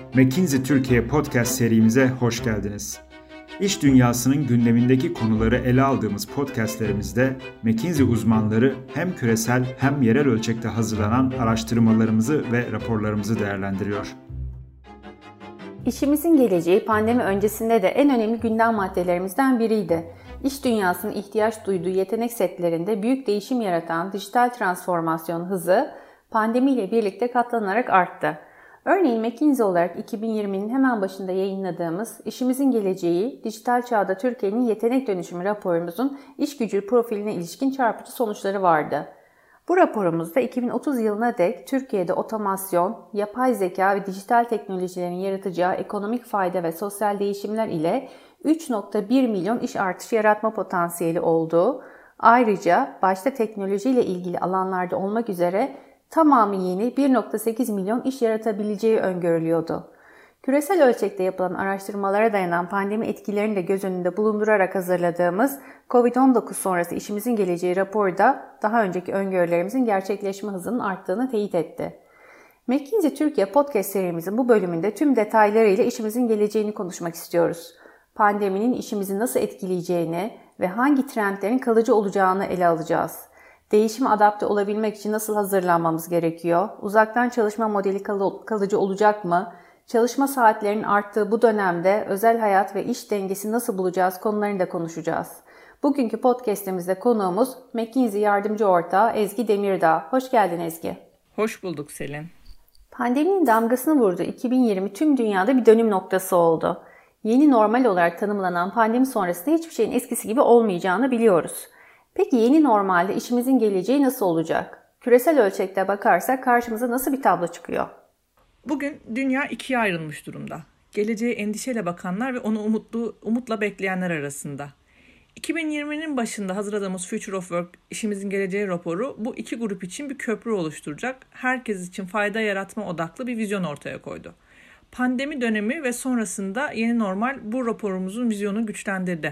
McKinsey Türkiye podcast serimize hoş geldiniz. İş dünyasının gündemindeki konuları ele aldığımız podcastlerimizde McKinsey uzmanları hem küresel hem yerel ölçekte hazırlanan araştırmalarımızı ve raporlarımızı değerlendiriyor. İşimizin geleceği pandemi öncesinde de en önemli gündem maddelerimizden biriydi. İş dünyasının ihtiyaç duyduğu yetenek setlerinde büyük değişim yaratan dijital transformasyon hızı pandemiyle birlikte katlanarak arttı. Örneğin McKinsey olarak 2020'nin hemen başında yayınladığımız İşimizin Geleceği, Dijital Çağda Türkiye'nin Yetenek Dönüşümü raporumuzun iş gücü profiline ilişkin çarpıcı sonuçları vardı. Bu raporumuzda 2030 yılına dek Türkiye'de otomasyon, yapay zeka ve dijital teknolojilerin yaratacağı ekonomik fayda ve sosyal değişimler ile 3,1 milyon iş artışı yaratma potansiyeli olduğu, ayrıca başta teknolojiyle ilgili alanlarda olmak üzere tamamı yeni 1,8 milyon iş yaratabileceği öngörülüyordu. Küresel ölçekte yapılan araştırmalara dayanan pandemi etkilerini de göz önünde bulundurarak hazırladığımız COVID-19 sonrası işimizin geleceği raporu da daha önceki öngörülerimizin gerçekleşme hızının arttığını teyit etti. McKinsey Türkiye podcast serimizin bu bölümünde tüm detaylarıyla işimizin geleceğini konuşmak istiyoruz. Pandeminin işimizi nasıl etkileyeceğini ve hangi trendlerin kalıcı olacağını ele alacağız. Değişime adapte olabilmek için nasıl hazırlanmamız gerekiyor? Uzaktan çalışma modeli kalıcı olacak mı? Çalışma saatlerinin arttığı bu dönemde özel hayat ve iş dengesi nasıl bulacağız konularını da konuşacağız. Bugünkü podcast'imizde konuğumuz McKinsey yardımcı ortağı Ezgi Demirdağ. Hoş geldin Ezgi. Hoş bulduk Selin. Pandeminin damgasını vurduğu 2020 tüm dünyada bir dönüm noktası oldu. Yeni normal olarak tanımlanan pandemi sonrasında hiçbir şeyin eskisi gibi olmayacağını biliyoruz. Peki yeni normalde işimizin geleceği nasıl olacak? Küresel ölçekte bakarsak karşımıza nasıl bir tablo çıkıyor? Bugün dünya ikiye ayrılmış durumda. Geleceğe endişeyle bakanlar ve onu umutla bekleyenler arasında. 2020'nin başında hazırladığımız Future of Work, işimizin geleceği raporu bu iki grup için bir köprü oluşturacak, herkes için fayda yaratma odaklı bir vizyon ortaya koydu. Pandemi dönemi ve sonrasında yeni normal bu raporumuzun vizyonunu güçlendirdi.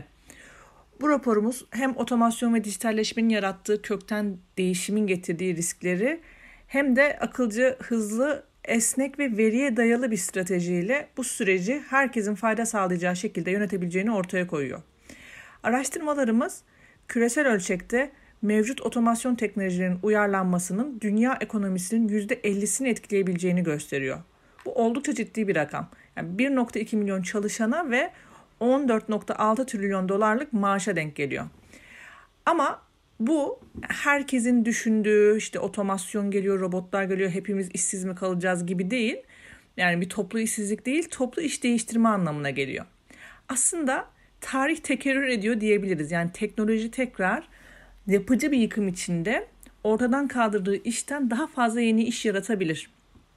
Bu raporumuz hem otomasyon ve dijitalleşmenin yarattığı kökten değişimin getirdiği riskleri hem de akılcı, hızlı, esnek ve veriye dayalı bir stratejiyle bu süreci herkesin fayda sağlayacağı şekilde yönetebileceğini ortaya koyuyor. Araştırmalarımız küresel ölçekte mevcut otomasyon teknolojilerinin uyarlanmasının dünya ekonomisinin %50'sini etkileyebileceğini gösteriyor. Bu oldukça ciddi bir rakam. Yani 1,2 milyon çalışana ve 14,6 trilyon dolarlık maaşa denk geliyor. Ama bu herkesin düşündüğü işte otomasyon geliyor, robotlar geliyor, hepimiz işsiz mi kalacağız gibi değil. Yani bir toplu işsizlik değil, toplu iş değiştirme anlamına geliyor. Aslında tarih tekerrür ediyor diyebiliriz. Yani teknoloji tekrar yapıcı bir yıkım içinde ortadan kaldırdığı işten daha fazla yeni iş yaratabilir.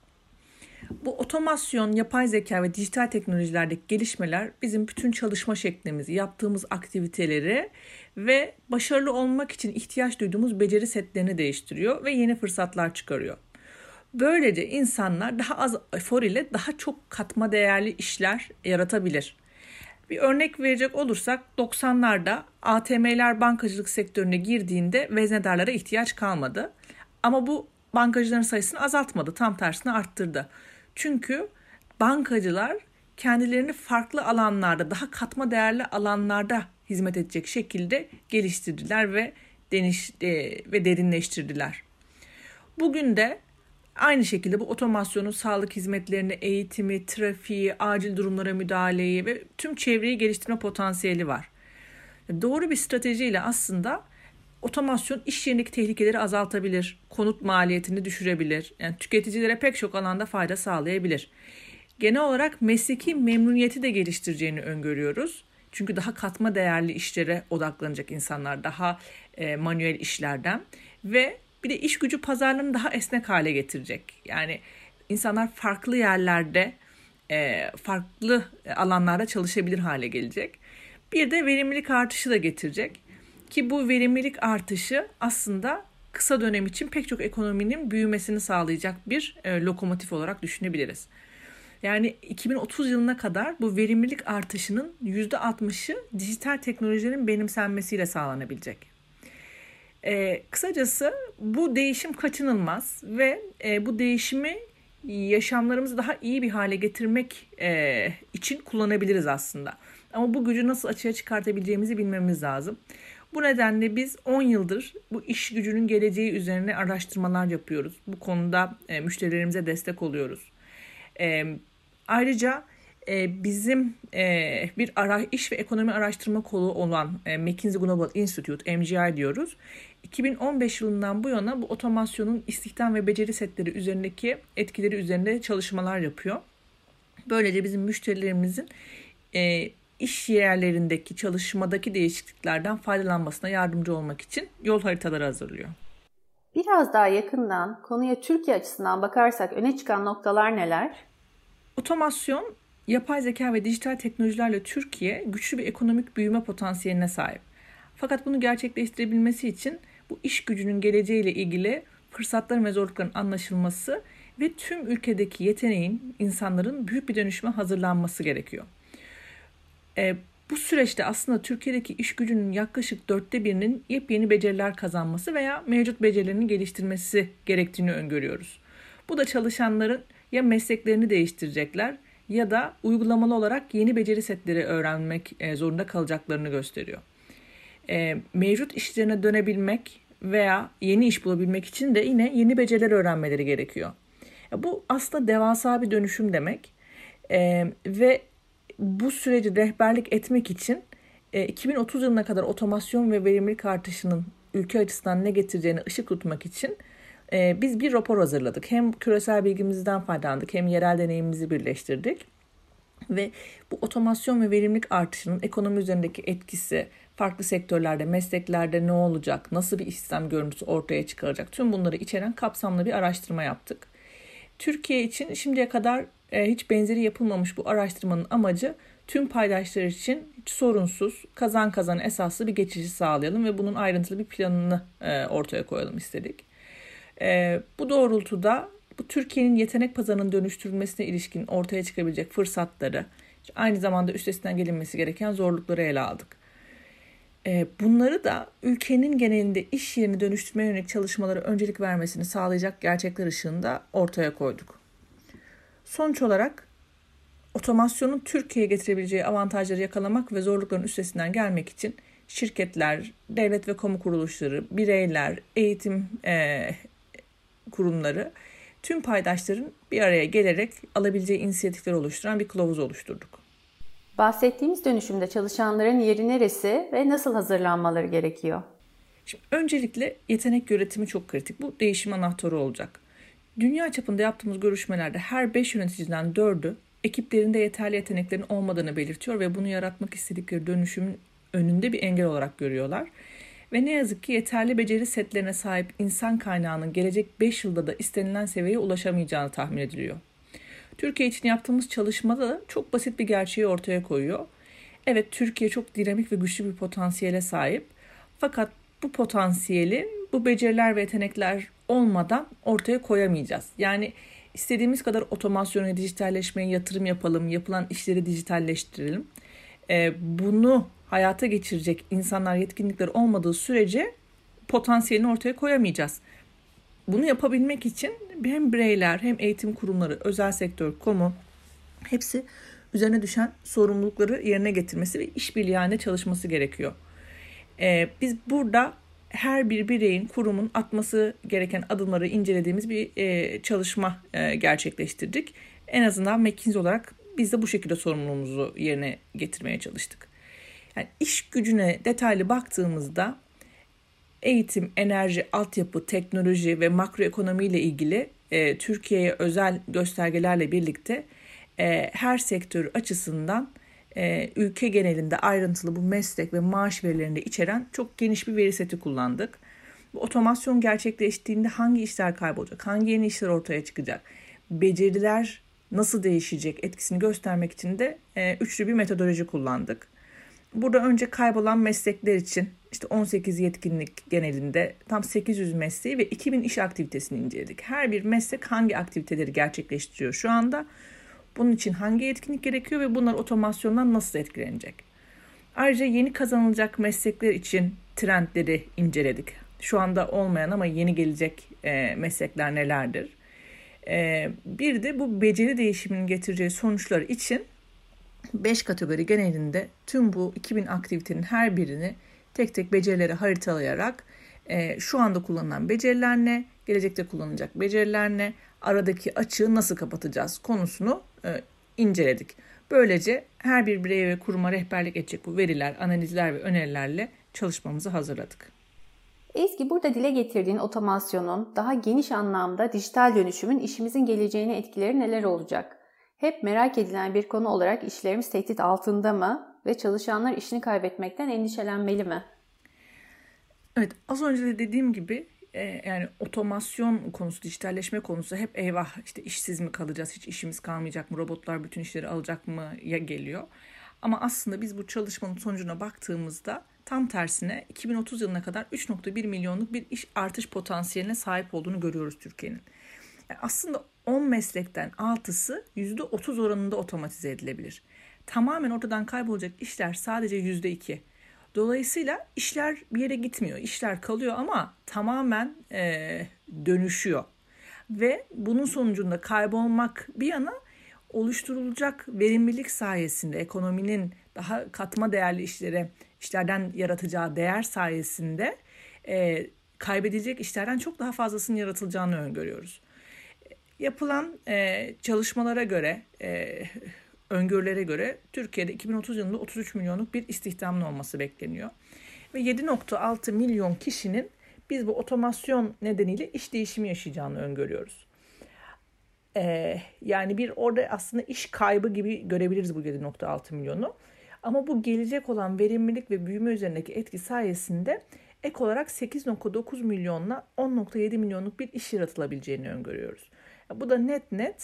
Bu otomasyon, yapay zeka ve dijital teknolojilerdeki gelişmeler bizim bütün çalışma şeklimizi, yaptığımız aktiviteleri ve başarılı olmak için ihtiyaç duyduğumuz beceri setlerini değiştiriyor ve yeni fırsatlar çıkarıyor. Böylece insanlar daha az efor ile daha çok katma değerli işler yaratabilir. Bir örnek verecek olursak 90'larda ATM'ler bankacılık sektörüne girdiğinde veznedarlara ihtiyaç kalmadı. Ama bu bankacıların sayısını azaltmadı, tam tersine arttırdı. Çünkü bankacılar kendilerini farklı alanlarda, daha katma değerli alanlarda hizmet edecek şekilde geliştirdiler ve derinleştirdiler. Bugün de aynı şekilde bu otomasyonun sağlık hizmetlerini, eğitimi, trafiği, acil durumlara müdahaleyi ve tüm çevreyi geliştirme potansiyeli var. Doğru bir stratejiyle aslında otomasyon iş yerindeki tehlikeleri azaltabilir, konut maliyetini düşürebilir, yani tüketicilere pek çok alanda fayda sağlayabilir. Genel olarak mesleki memnuniyeti de geliştireceğini öngörüyoruz. Çünkü daha katma değerli işlere odaklanacak insanlar, daha manuel işlerden ve bir de iş gücü pazarlarını daha esnek hale getirecek. Yani insanlar farklı yerlerde, farklı alanlarda çalışabilir hale gelecek. Bir de verimlilik artışı da getirecek. Ki bu verimlilik artışı aslında kısa dönem için pek çok ekonominin büyümesini sağlayacak bir lokomotif olarak düşünebiliriz. Yani 2030 yılına kadar bu verimlilik artışının %60'ı dijital teknolojilerin benimsenmesiyle sağlanabilecek. Kısacası bu değişim kaçınılmaz ve bu değişimi yaşamlarımızı daha iyi bir hale getirmek için kullanabiliriz aslında. Ama bu gücü nasıl açığa çıkartabileceğimizi bilmemiz lazım. Bu nedenle biz 10 yıldır bu iş gücünün geleceği üzerine araştırmalar yapıyoruz. Bu konuda müşterilerimize destek oluyoruz. Ayrıca bizim bir iş ve ekonomi araştırma kolu olan McKinsey Global Institute, MGI diyoruz. 2015 yılından bu yana bu otomasyonun istihdam ve beceri setleri üzerindeki etkileri üzerinde çalışmalar yapıyor. Böylece bizim müşterilerimizin iş yerlerindeki çalışmadaki değişikliklerden faydalanmasına yardımcı olmak için yol haritaları hazırlıyor. Biraz daha yakından konuya Türkiye açısından bakarsak öne çıkan noktalar neler? Otomasyon, yapay zeka ve dijital teknolojilerle Türkiye güçlü bir ekonomik büyüme potansiyeline sahip. Fakat bunu gerçekleştirebilmesi için bu iş gücünün geleceğiyle ilgili fırsatların ve zorlukların anlaşılması ve tüm ülkedeki yeteneğin, insanların büyük bir dönüşüme hazırlanması gerekiyor. Bu süreçte aslında Türkiye'deki iş gücünün yaklaşık 1/4'inin yepyeni beceriler kazanması veya mevcut becerilerini geliştirmesi gerektiğini öngörüyoruz. Bu da çalışanların ya mesleklerini değiştirecekler ya da uygulamalı olarak yeni beceri setleri öğrenmek zorunda kalacaklarını gösteriyor. Mevcut işlerine dönebilmek veya yeni iş bulabilmek için de yine yeni beceriler öğrenmeleri gerekiyor. Bu aslında devasa bir dönüşüm demek ve bu süreci rehberlik etmek için 2030 yılına kadar otomasyon ve verimlilik artışının ülke açısından ne getireceğini ışık tutmak için biz bir rapor hazırladık. Hem küresel bilgimizden faydalandık hem yerel deneyimimizi birleştirdik. Ve bu otomasyon ve verimlilik artışının ekonomi üzerindeki etkisi, farklı sektörlerde, mesleklerde ne olacak, nasıl bir istihdam görüntüsü ortaya çıkaracak, tüm bunları içeren kapsamlı bir araştırma yaptık. Türkiye için şimdiye kadar hiç benzeri yapılmamış bu araştırmanın amacı tüm paydaşlar için hiç sorunsuz, kazan kazan esaslı bir geçişi sağlayalım ve bunun ayrıntılı bir planını ortaya koyalım istedik. Bu doğrultuda bu Türkiye'nin yetenek pazarının dönüştürülmesine ilişkin ortaya çıkabilecek fırsatları, aynı zamanda üstesinden gelinmesi gereken zorlukları ele aldık. Bunları da ülkenin genelinde iş yerini dönüştürmeye yönelik çalışmalara öncelik vermesini sağlayacak gerçekler ışığında ortaya koyduk. Sonuç olarak otomasyonun Türkiye'ye getirebileceği avantajları yakalamak ve zorlukların üstesinden gelmek için şirketler, devlet ve kamu kuruluşları, bireyler, eğitim kurumları, tüm paydaşların bir araya gelerek alabileceği inisiyatifler oluşturan bir kılavuz oluşturduk. Bahsettiğimiz dönüşümde çalışanların yeri neresi ve nasıl hazırlanmaları gerekiyor? Şimdi öncelikle yetenek yönetimi çok kritik. Bu değişim anahtarı olacak. Dünya çapında yaptığımız görüşmelerde her 5 yöneticiden 4'ü ekiplerinde yeterli yeteneklerin olmadığını belirtiyor ve bunu yaratmak istedikleri dönüşümün önünde bir engel olarak görüyorlar. Ve ne yazık ki yeterli beceri setlerine sahip insan kaynağının gelecek 5 yılda da istenilen seviyeye ulaşamayacağını tahmin ediliyor. Türkiye için yaptığımız çalışmada da çok basit bir gerçeği ortaya koyuyor. Evet, Türkiye çok dinamik ve güçlü bir potansiyele sahip. Fakat bu potansiyeli bu beceriler ve yetenekler olmadan ortaya koyamayacağız. Yani istediğimiz kadar otomasyona, dijitalleşmeye yatırım yapalım, yapılan işleri dijitalleştirelim. Bunu hayata geçirecek insanlar, yetkinlikler olmadığı sürece potansiyelini ortaya koyamayacağız. Bunu yapabilmek için hem bireyler hem eğitim kurumları, özel sektör, kamu hepsi üzerine düşen sorumlulukları yerine getirmesi ve işbirliği halinde çalışması gerekiyor. Biz burada her bir bireyin, kurumun atması gereken adımları incelediğimiz bir çalışma gerçekleştirdik. En azından McKinsey olarak biz de bu şekilde sorumluluğumuzu yerine getirmeye çalıştık. Yani iş gücüne detaylı baktığımızda eğitim, enerji, altyapı, teknoloji ve makroekonomi ile ilgili Türkiye'ye özel göstergelerle birlikte her sektör açısından ülke genelinde ayrıntılı bu meslek ve maaş verilerini de içeren çok geniş bir veri seti kullandık. Bu otomasyon gerçekleştiğinde hangi işler kaybolacak, hangi yeni işler ortaya çıkacak, beceriler nasıl değişecek etkisini göstermek için de üçlü bir metodoloji kullandık. Burada önce kaybolan meslekler için işte 18 yetkinlik genelinde tam 800 mesleği ve 2000 iş aktivitesini inceledik. Her bir meslek hangi aktiviteleri gerçekleştiriyor şu anda? Bunun için hangi yetkinlik gerekiyor ve bunlar otomasyondan nasıl etkilenecek? Ayrıca yeni kazanılacak meslekler için trendleri inceledik. Şu anda olmayan ama yeni gelecek meslekler nelerdir? Bir de bu beceri değişiminin getireceği sonuçlar için 5 kategori genelinde tüm bu 2000 aktivitenin her birini tek tek becerileri haritalayarak şu anda kullanılan beceriler ne, gelecekte kullanılacak beceriler ne, aradaki açığı nasıl kapatacağız konusunu inceledik. Böylece her bir bireye ve kuruma rehberlik edecek bu veriler, analizler ve önerilerle çalışmamızı hazırladık. Ezgi, burada dile getirdiğin otomasyonun daha geniş anlamda dijital dönüşümün işimizin geleceğine etkileri neler olacak? Hep merak edilen bir konu olarak işlerimiz tehdit altında mı ve çalışanlar işini kaybetmekten endişelenmeli mi? Evet, az önce de dediğim gibi yani otomasyon konusu, dijitalleşme konusu hep eyvah işte işsiz mi kalacağız, hiç işimiz kalmayacak mı, robotlar bütün işleri alacak mı ya geliyor. Ama aslında biz bu çalışmanın sonucuna baktığımızda tam tersine 2030 yılına kadar 3,1 milyonluk bir iş artış potansiyeline sahip olduğunu görüyoruz Türkiye'nin. Yani aslında 10 meslekten 6'sı %30 oranında otomatize edilebilir. Tamamen ortadan kaybolacak işler sadece %2. Dolayısıyla işler bir yere gitmiyor. İşler kalıyor ama tamamen dönüşüyor. Ve bunun sonucunda kaybolmak bir yana oluşturulacak verimlilik sayesinde ekonominin daha katma değerli işlerden yaratacağı değer sayesinde kaybedilecek işlerden çok daha fazlasının yaratılacağını öngörüyoruz. Yapılan çalışmalara göre, öngörülere göre Türkiye'de 2030 yılında 33 milyonluk bir istihdamın olması bekleniyor. Ve 7,6 milyon kişinin biz bu otomasyon nedeniyle iş değişimi yaşayacağını öngörüyoruz. Yani bir orada aslında iş kaybı gibi görebiliriz bu 7,6 milyonu. Ama bu gelecek olan verimlilik ve büyüme üzerindeki etki sayesinde ek olarak 8,9 milyonla 10,7 milyonluk bir iş yaratılabileceğini öngörüyoruz. Bu da net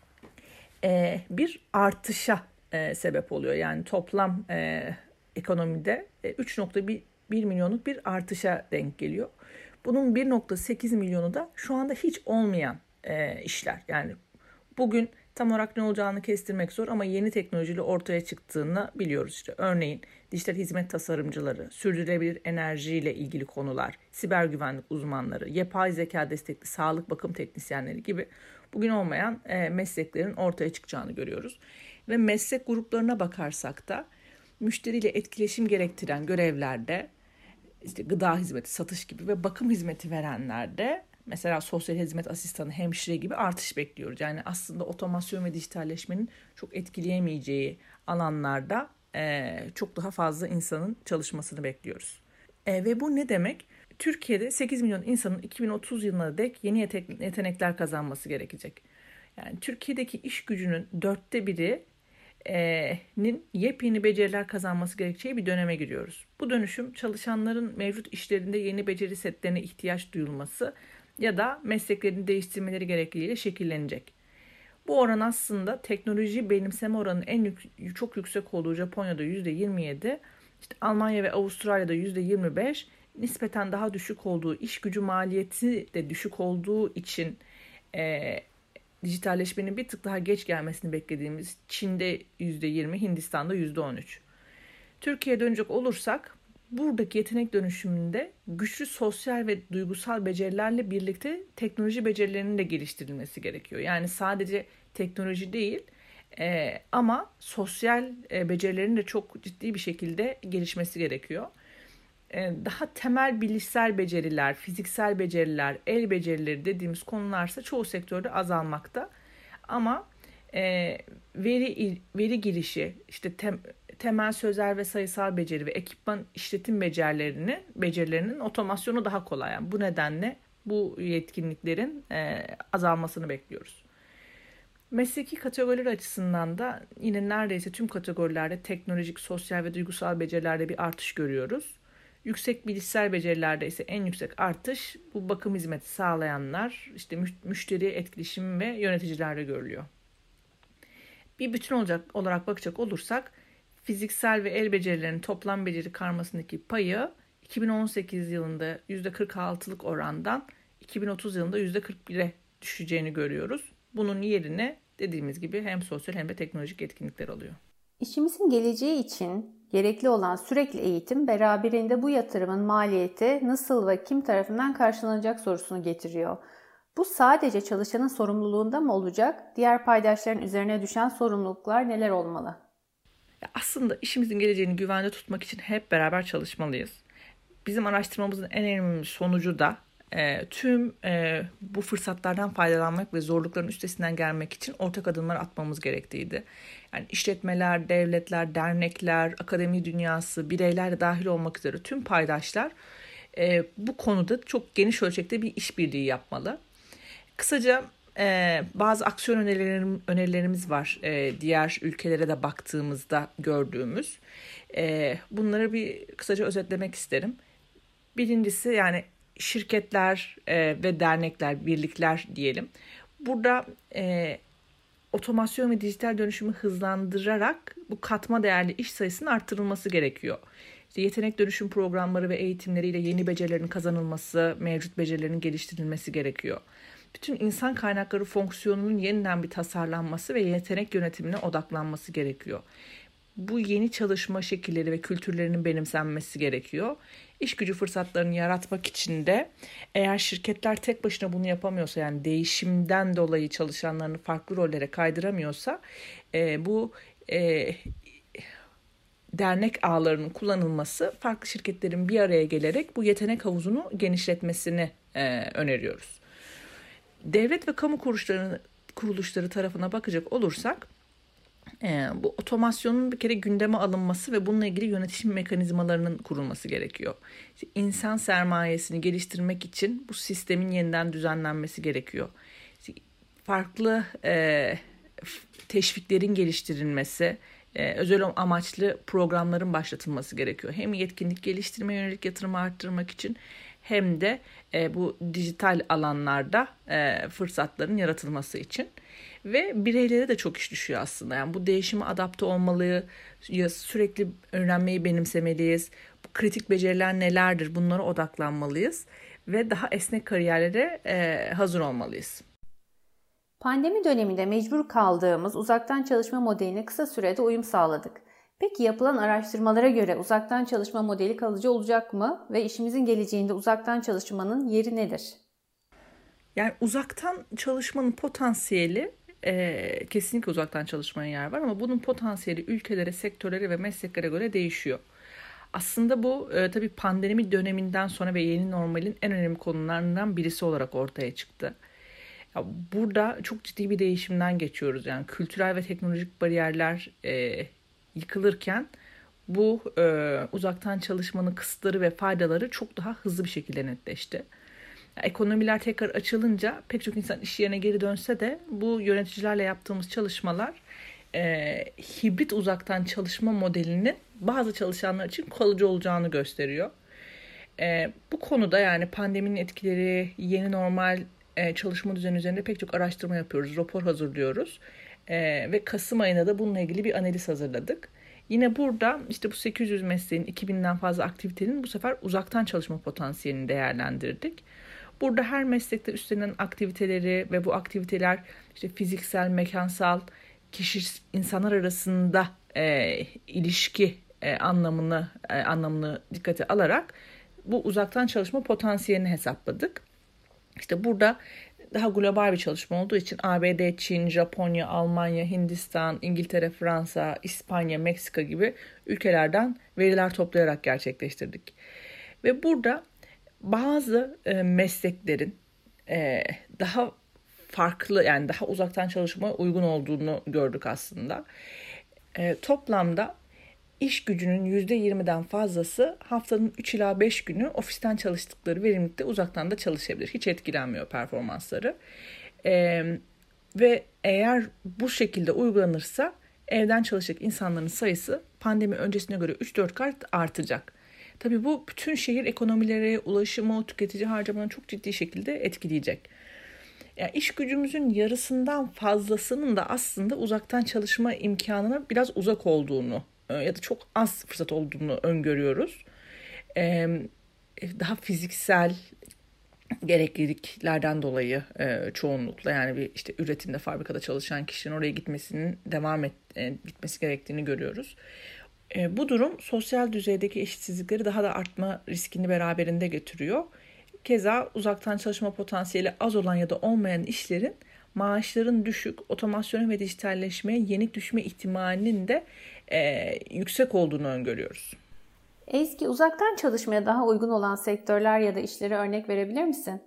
bir artışa sebep oluyor. Yani toplam ekonomide 3,1 milyonluk bir artışa denk geliyor. Bunun 1,8 milyonu da şu anda hiç olmayan işler. Yani bugün tam olarak ne olacağını kestirmek zor ama yeni teknolojiyle ortaya çıktığını biliyoruz. İşte örneğin dijital hizmet tasarımcıları, sürdürülebilir enerjiyle ilgili konular, siber güvenlik uzmanları, yapay zeka destekli sağlık bakım teknisyenleri gibi bugün olmayan mesleklerin ortaya çıkacağını görüyoruz. Ve meslek gruplarına bakarsak da müşteriyle etkileşim gerektiren görevlerde işte gıda hizmeti, satış gibi ve bakım hizmeti verenlerde mesela sosyal hizmet asistanı, hemşire gibi artış bekliyoruz. Yani aslında otomasyon ve dijitalleşmenin çok etkileyemeyeceği alanlarda çok daha fazla insanın çalışmasını bekliyoruz. Ve bu ne demek? Türkiye'de 8 milyon insanın 2030 yılına dek yeni yetenekler kazanması gerekecek. Yani Türkiye'deki iş gücünün 1/4'inin yepyeni beceriler kazanması gerekeceği bir döneme giriyoruz. Bu dönüşüm çalışanların mevcut işlerinde yeni beceri setlerine ihtiyaç duyulması ya da mesleklerini değiştirmeleri gerekliliğiyle şekillenecek. Bu oran aslında teknoloji benimseme oranının çok yüksek olduğu Japonya'da %27, işte Almanya ve Avustralya'da %25, nispeten daha düşük olduğu, iş gücü maliyeti de düşük olduğu için dijitalleşmenin bir tık daha geç gelmesini beklediğimiz Çin'de %20, Hindistan'da %13. Türkiye'ye dönecek olursak buradaki yetenek dönüşümünde güçlü sosyal ve duygusal becerilerle birlikte teknoloji becerilerinin de geliştirilmesi gerekiyor. Yani sadece teknoloji değil ama sosyal becerilerin de çok ciddi bir şekilde gelişmesi gerekiyor. Daha temel bilişsel beceriler, fiziksel beceriler, el becerileri dediğimiz konularsa çoğu sektörde azalmakta. Ama veri girişi, işte temel sözel ve sayısal beceri ve ekipman işletim becerilerinin otomasyonu daha kolay. Yani bu nedenle bu yetkinliklerin azalmasını bekliyoruz. Mesleki kategoriler açısından da yine neredeyse tüm kategorilerde teknolojik, sosyal ve duygusal becerilerde bir artış görüyoruz. Yüksek bilişsel becerilerde ise en yüksek artış bu bakım hizmeti sağlayanlar, işte müşteri etkileşimi ve yöneticilerde görülüyor. Bir bütün olarak bakacak olursak fiziksel ve el becerilerinin toplam beceri karmasındaki payı 2018 yılında %46'lık orandan 2030 yılında %41'e düşeceğini görüyoruz. Bunun yerine dediğimiz gibi hem sosyal hem de teknolojik etkinlikler alıyor. İşimizin geleceği için gerekli olan sürekli eğitim beraberinde bu yatırımın maliyeti nasıl ve kim tarafından karşılanacak sorusunu getiriyor. Bu sadece çalışanın sorumluluğunda mı olacak? Diğer paydaşların üzerine düşen sorumluluklar neler olmalı? Aslında işimizin geleceğini güvende tutmak için hep beraber çalışmalıyız. Bizim araştırmamızın en önemli sonucu da tüm bu fırsatlardan faydalanmak ve zorlukların üstesinden gelmek için ortak adımlar atmamız gerektiğiydi. Yani işletmeler, devletler, dernekler, akademi dünyası, bireyler de dahil olmak üzere tüm paydaşlar bu konuda çok geniş ölçekte bir işbirliği yapmalı. Kısaca bazı aksiyon önerilerimiz var diğer ülkelere de baktığımızda gördüğümüz. Bunları bir kısaca özetlemek isterim. Birincisi yani şirketler ve dernekler, birlikler diyelim. Burada otomasyon ve dijital dönüşümü hızlandırarak bu katma değerli iş sayısının arttırılması gerekiyor. İşte yetenek dönüşüm programları ve eğitimleriyle yeni becerilerin kazanılması, mevcut becerilerin geliştirilmesi gerekiyor. Bütün insan kaynakları fonksiyonunun yeniden bir tasarlanması ve yetenek yönetimine odaklanması gerekiyor. Bu yeni çalışma şekilleri ve kültürlerinin benimsenmesi gerekiyor. İş gücü fırsatlarını yaratmak için de eğer şirketler tek başına bunu yapamıyorsa, yani değişimden dolayı çalışanlarını farklı rollere kaydıramıyorsa bu dernek ağlarının kullanılması, farklı şirketlerin bir araya gelerek bu yetenek havuzunu genişletmesini öneriyoruz. Devlet ve kamu kuruluşları tarafına bakacak olursak bu otomasyonun bir kere gündeme alınması ve bununla ilgili yönetim mekanizmalarının kurulması gerekiyor. İşte insan sermayesini geliştirmek için bu sistemin yeniden düzenlenmesi gerekiyor. İşte farklı teşviklerin geliştirilmesi, özel amaçlı programların başlatılması gerekiyor. Hem yetkinlik geliştirmeye yönelik yatırımı arttırmak için hem de bu dijital alanlarda fırsatların yaratılması için. Ve bireylere de çok iş düşüyor aslında. Yani bu değişime adapte olmalıyız, sürekli öğrenmeyi benimsemeliyiz. Bu kritik beceriler nelerdir, bunlara odaklanmalıyız ve daha esnek kariyerlere hazır olmalıyız. Pandemi döneminde mecbur kaldığımız uzaktan çalışma modeline kısa sürede uyum sağladık. Peki yapılan araştırmalara göre uzaktan çalışma modeli kalıcı olacak mı ve işimizin geleceğinde uzaktan çalışmanın yeri nedir? Yani uzaktan çalışmanın potansiyeli, kesinlikle uzaktan çalışmaya yer var ama bunun potansiyeli ülkelere, sektörlere ve mesleklere göre değişiyor. Aslında bu tabii pandemi döneminden sonra ve yeni normalin en önemli konularından birisi olarak ortaya çıktı. Ya burada çok ciddi bir değişimden geçiyoruz. Yani kültürel ve teknolojik bariyerler yıkılırken bu uzaktan çalışmanın kısıtları ve faydaları çok daha hızlı bir şekilde netleşti. Ekonomiler tekrar açılınca pek çok insan iş yerine geri dönse de bu yöneticilerle yaptığımız çalışmalar hibrit uzaktan çalışma modelinin bazı çalışanlar için kalıcı olacağını gösteriyor. Bu konuda yani pandeminin etkileri, yeni normal çalışma düzeni üzerinde pek çok araştırma yapıyoruz, rapor hazırlıyoruz ve Kasım ayında da bununla ilgili bir analiz hazırladık. Yine burada işte bu 800 mesleğin 2000'den fazla aktivitenin bu sefer uzaktan çalışma potansiyelini değerlendirdik. Burada her meslekte üstlenen aktiviteleri ve bu aktiviteler işte fiziksel, mekansal, insanlar arasında ilişki anlamını dikkate alarak bu uzaktan çalışma potansiyelini hesapladık. İşte burada daha global bir çalışma olduğu için ABD, Çin, Japonya, Almanya, Hindistan, İngiltere, Fransa, İspanya, Meksika gibi ülkelerden veriler toplayarak gerçekleştirdik. Ve burada bazı mesleklerin daha farklı, yani daha uzaktan çalışmaya uygun olduğunu gördük aslında. Toplamda iş gücünün %20'den fazlası haftanın 3 ila 5 günü ofisten çalıştıkları verimlilikte uzaktan da çalışabilir. Hiç etkilenmiyor performansları. Ve eğer bu şekilde uygulanırsa evden çalışacak insanların sayısı pandemi öncesine göre 3-4 kat artacak. Tabii bu bütün şehir ekonomileri, ulaşımı, tüketici harcamalarını çok ciddi şekilde etkileyecek. Yani iş gücümüzün yarısından fazlasının da aslında uzaktan çalışma imkanına biraz uzak olduğunu ya da çok az fırsat olduğunu öngörüyoruz. Daha fiziksel gerekliliklerden dolayı çoğunlukla, yani bir işte üretimde, fabrikada çalışan kişinin oraya gitmesinin gitmesi gerektiğini görüyoruz. Bu durum sosyal düzeydeki eşitsizlikleri daha da artma riskini beraberinde getiriyor. Keza uzaktan çalışma potansiyeli az olan ya da olmayan işlerin maaşların düşük, otomasyona ve dijitalleşmeye yenik düşme ihtimalinin de yüksek olduğunu öngörüyoruz. Ezgi, uzaktan çalışmaya daha uygun olan sektörler ya da işlere örnek verebilir misin?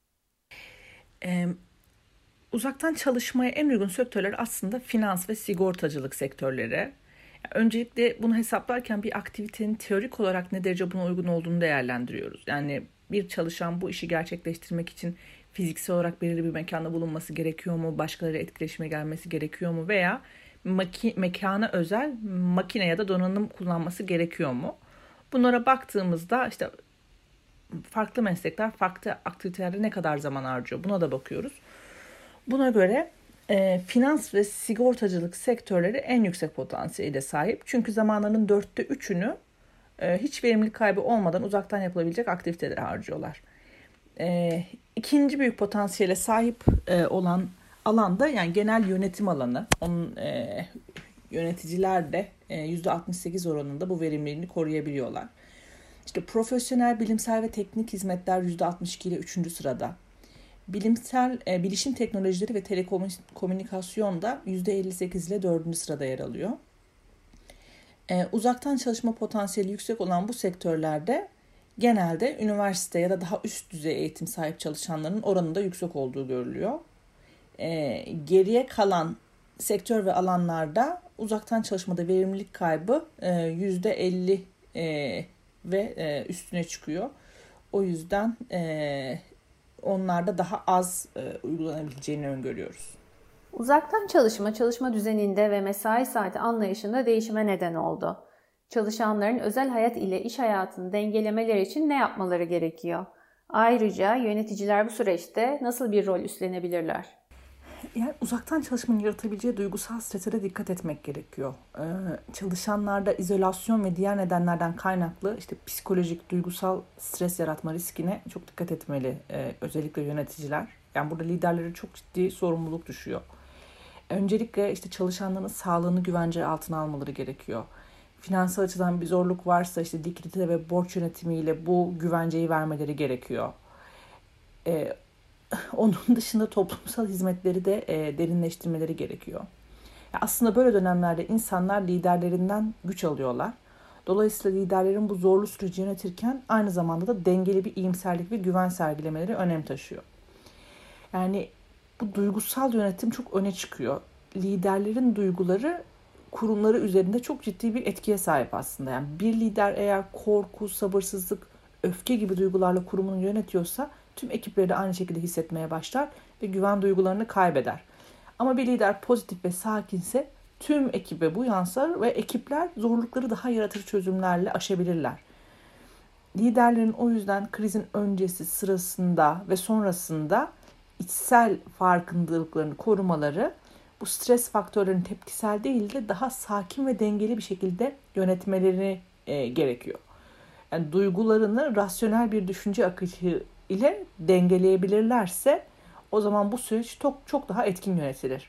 Uzaktan çalışmaya en uygun sektörler aslında finans ve sigortacılık sektörleri. Öncelikle bunu hesaplarken bir aktivitenin teorik olarak ne derece buna uygun olduğunu değerlendiriyoruz. Yani bir çalışan bu işi gerçekleştirmek için fiziksel olarak belirli bir mekanda bulunması gerekiyor mu? Başkalarıyla etkileşime gelmesi gerekiyor mu? Veya mekana özel makine ya da donanım kullanması gerekiyor mu? Bunlara baktığımızda işte farklı meslekler farklı aktivitelerde ne kadar zaman harcıyor? Buna da bakıyoruz. Buna göre finans ve sigortacılık sektörleri en yüksek potansiyele sahip. Çünkü zamanlarının 3/4'ünü hiç verimlilik kaybı olmadan uzaktan yapılabilecek aktivitelere harcıyorlar. İkinci büyük potansiyele sahip olan alan da yani genel yönetim alanı. Onun yöneticiler de %68 oranında bu verimliliğini koruyabiliyorlar. İşte profesyonel, bilimsel ve teknik hizmetler %62 ile 3. sırada. Bilişim teknolojileri ve telekomünikasyon da %58 ile 4. sırada yer alıyor. Uzaktan çalışma potansiyeli yüksek olan bu sektörlerde genelde üniversite ya da daha üst düzey eğitim sahip çalışanların oranında yüksek olduğu görülüyor. Geriye kalan sektör ve alanlarda uzaktan çalışmada verimlilik kaybı %50 ve üstüne çıkıyor. O yüzden onlarda daha az uygulanabileceğini öngörüyoruz. Uzaktan çalışma düzeninde ve mesai saati anlayışında değişime neden oldu. Çalışanların özel hayat ile iş hayatını dengelemeleri için ne yapmaları gerekiyor? Ayrıca yöneticiler bu süreçte nasıl bir rol üstlenebilirler? Yani uzaktan çalışmanın yaratabileceği duygusal strese dikkat etmek gerekiyor. Çalışanlarda izolasyon ve diğer nedenlerden kaynaklı işte psikolojik, duygusal stres yaratma riskine çok dikkat etmeli özellikle yöneticiler. Yani burada liderlere çok ciddi sorumluluk düşüyor. Öncelikle işte çalışanların sağlığını güvence altına almaları gerekiyor. Finansal açıdan bir zorluk varsa işte likidite ve borç yönetimiyle bu güvenceyi vermeleri gerekiyor. Onun dışında toplumsal hizmetleri de derinleştirmeleri gerekiyor. Aslında böyle dönemlerde insanlar liderlerinden güç alıyorlar. Dolayısıyla liderlerin bu zorlu süreci yönetirken aynı zamanda da dengeli bir iyimserlik ve güven sergilemeleri önem taşıyor. Yani bu duygusal yönetim çok öne çıkıyor. Liderlerin duyguları kurumları üzerinde çok ciddi bir etkiye sahip aslında. Yani bir lider eğer korku, sabırsızlık, öfke gibi duygularla kurumunu yönetiyorsa tüm ekipleri de aynı şekilde hissetmeye başlar ve güven duygularını kaybeder. Ama bir lider pozitif ve sakinse tüm ekibe bu yansır ve ekipler zorlukları daha yaratıcı çözümlerle aşabilirler. Liderlerin o yüzden krizin öncesi, sırasında ve sonrasında içsel farkındalıklarını korumaları, bu stres faktörlerinin tepkisel değil de daha sakin ve dengeli bir şekilde yönetmeleri gerekiyor. Yani duygularını rasyonel bir düşünce akışı ile dengeleyebilirlerse o zaman bu süreç çok daha etkin yönetilir.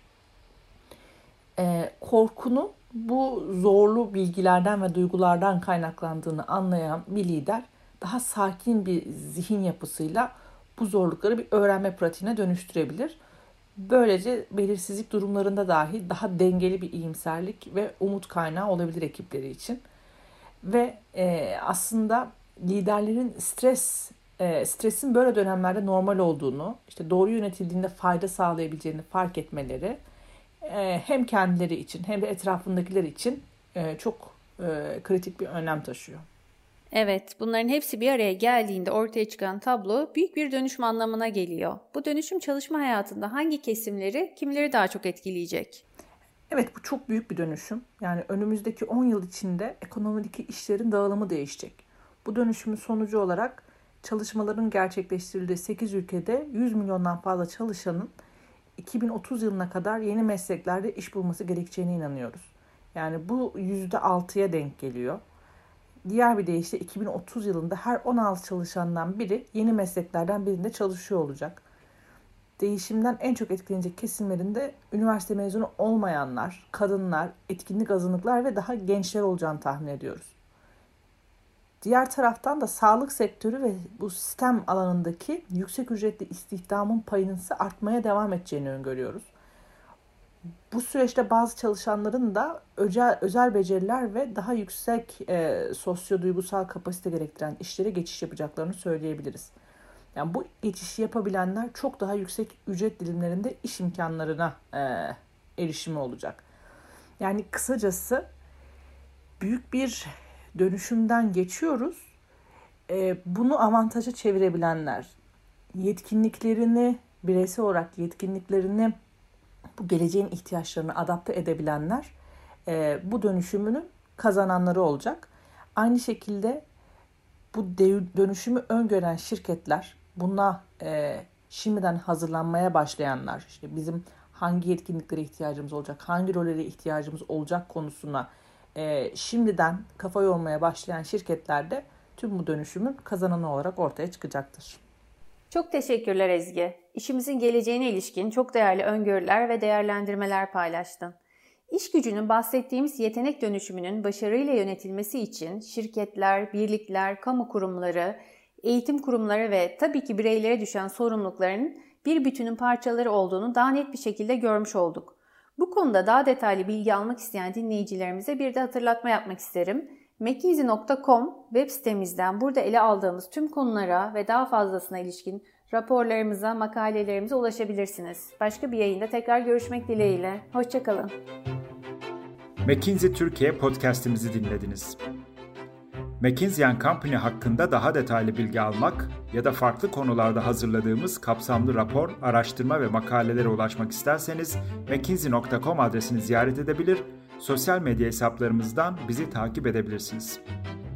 Korkunun bu zorlu bilgilerden ve duygulardan kaynaklandığını anlayan bir lider daha sakin bir zihin yapısıyla bu zorlukları bir öğrenme pratiğine dönüştürebilir. Böylece belirsizlik durumlarında dahi daha dengeli bir iyimserlik ve umut kaynağı olabilir ekipleri için. Ve aslında liderlerin stresin böyle dönemlerde normal olduğunu, işte doğru yönetildiğinde fayda sağlayabileceğini fark etmeleri hem kendileri için hem de etrafındakiler için çok kritik bir önem taşıyor. Evet, bunların hepsi bir araya geldiğinde ortaya çıkan tablo büyük bir dönüşüm anlamına geliyor. Bu dönüşüm çalışma hayatında hangi kesimleri, kimleri daha çok etkileyecek? Evet, bu çok büyük bir dönüşüm. Yani önümüzdeki 10 yıl içinde ekonomideki işlerin dağılımı değişecek. Bu dönüşümün sonucu olarak çalışmaların gerçekleştirildiği 8 ülkede 100 milyondan fazla çalışanın 2030 yılına kadar yeni mesleklerde iş bulması gerekeceğine inanıyoruz. Yani bu %6'ya denk geliyor. Diğer bir deyişle 2030 yılında her 16 çalışandan biri yeni mesleklerden birinde çalışıyor olacak. Değişimden en çok etkilenecek kesimlerinde üniversite mezunu olmayanlar, kadınlar, etkinlik azınlıklar ve daha gençler olacağını tahmin ediyoruz. Diğer taraftan da sağlık sektörü ve bu sistem alanındaki yüksek ücretli istihdamın payının ise artmaya devam edeceğini öngörüyoruz. Bu süreçte bazı çalışanların da özel beceriler ve daha yüksek sosyo-duygusal kapasite gerektiren işlere geçiş yapacaklarını söyleyebiliriz. Yani bu geçişi yapabilenler çok daha yüksek ücret dilimlerinde iş imkanlarına erişimi olacak. Yani kısacası büyük bir dönüşümden geçiyoruz. Bunu avantaja çevirebilenler, bireysel olarak yetkinliklerini bu geleceğin ihtiyaçlarını adapte edebilenler bu dönüşümünün kazananları olacak. Aynı şekilde bu dönüşümü öngören şirketler, buna şimdiden hazırlanmaya başlayanlar, işte bizim hangi yetkinliklere ihtiyacımız olacak, hangi rollere ihtiyacımız olacak konusuna şimdiden kafa yormaya başlayan şirketlerde tüm bu dönüşümün kazananı olarak ortaya çıkacaktır. Çok teşekkürler Ezgi. İşimizin geleceğine ilişkin çok değerli öngörüler ve değerlendirmeler paylaştın. İş gücünün bahsettiğimiz yetenek dönüşümünün başarıyla yönetilmesi için şirketler, birlikler, kamu kurumları, eğitim kurumları ve tabii ki bireylere düşen sorumlulukların bir bütünün parçaları olduğunu daha net bir şekilde görmüş olduk. Bu konuda daha detaylı bilgi almak isteyen dinleyicilerimize bir de hatırlatma yapmak isterim. McKinsey.com web sitemizden burada ele aldığımız tüm konulara ve daha fazlasına ilişkin raporlarımıza, makalelerimize ulaşabilirsiniz. Başka bir yayında tekrar görüşmek dileğiyle. Hoşça kalın. McKinsey Türkiye podcast'imizi dinlediniz. McKinsey & Company hakkında daha detaylı bilgi almak ya da farklı konularda hazırladığımız kapsamlı rapor, araştırma ve makalelere ulaşmak isterseniz mckinsey.com adresini ziyaret edebilir, sosyal medya hesaplarımızdan bizi takip edebilirsiniz.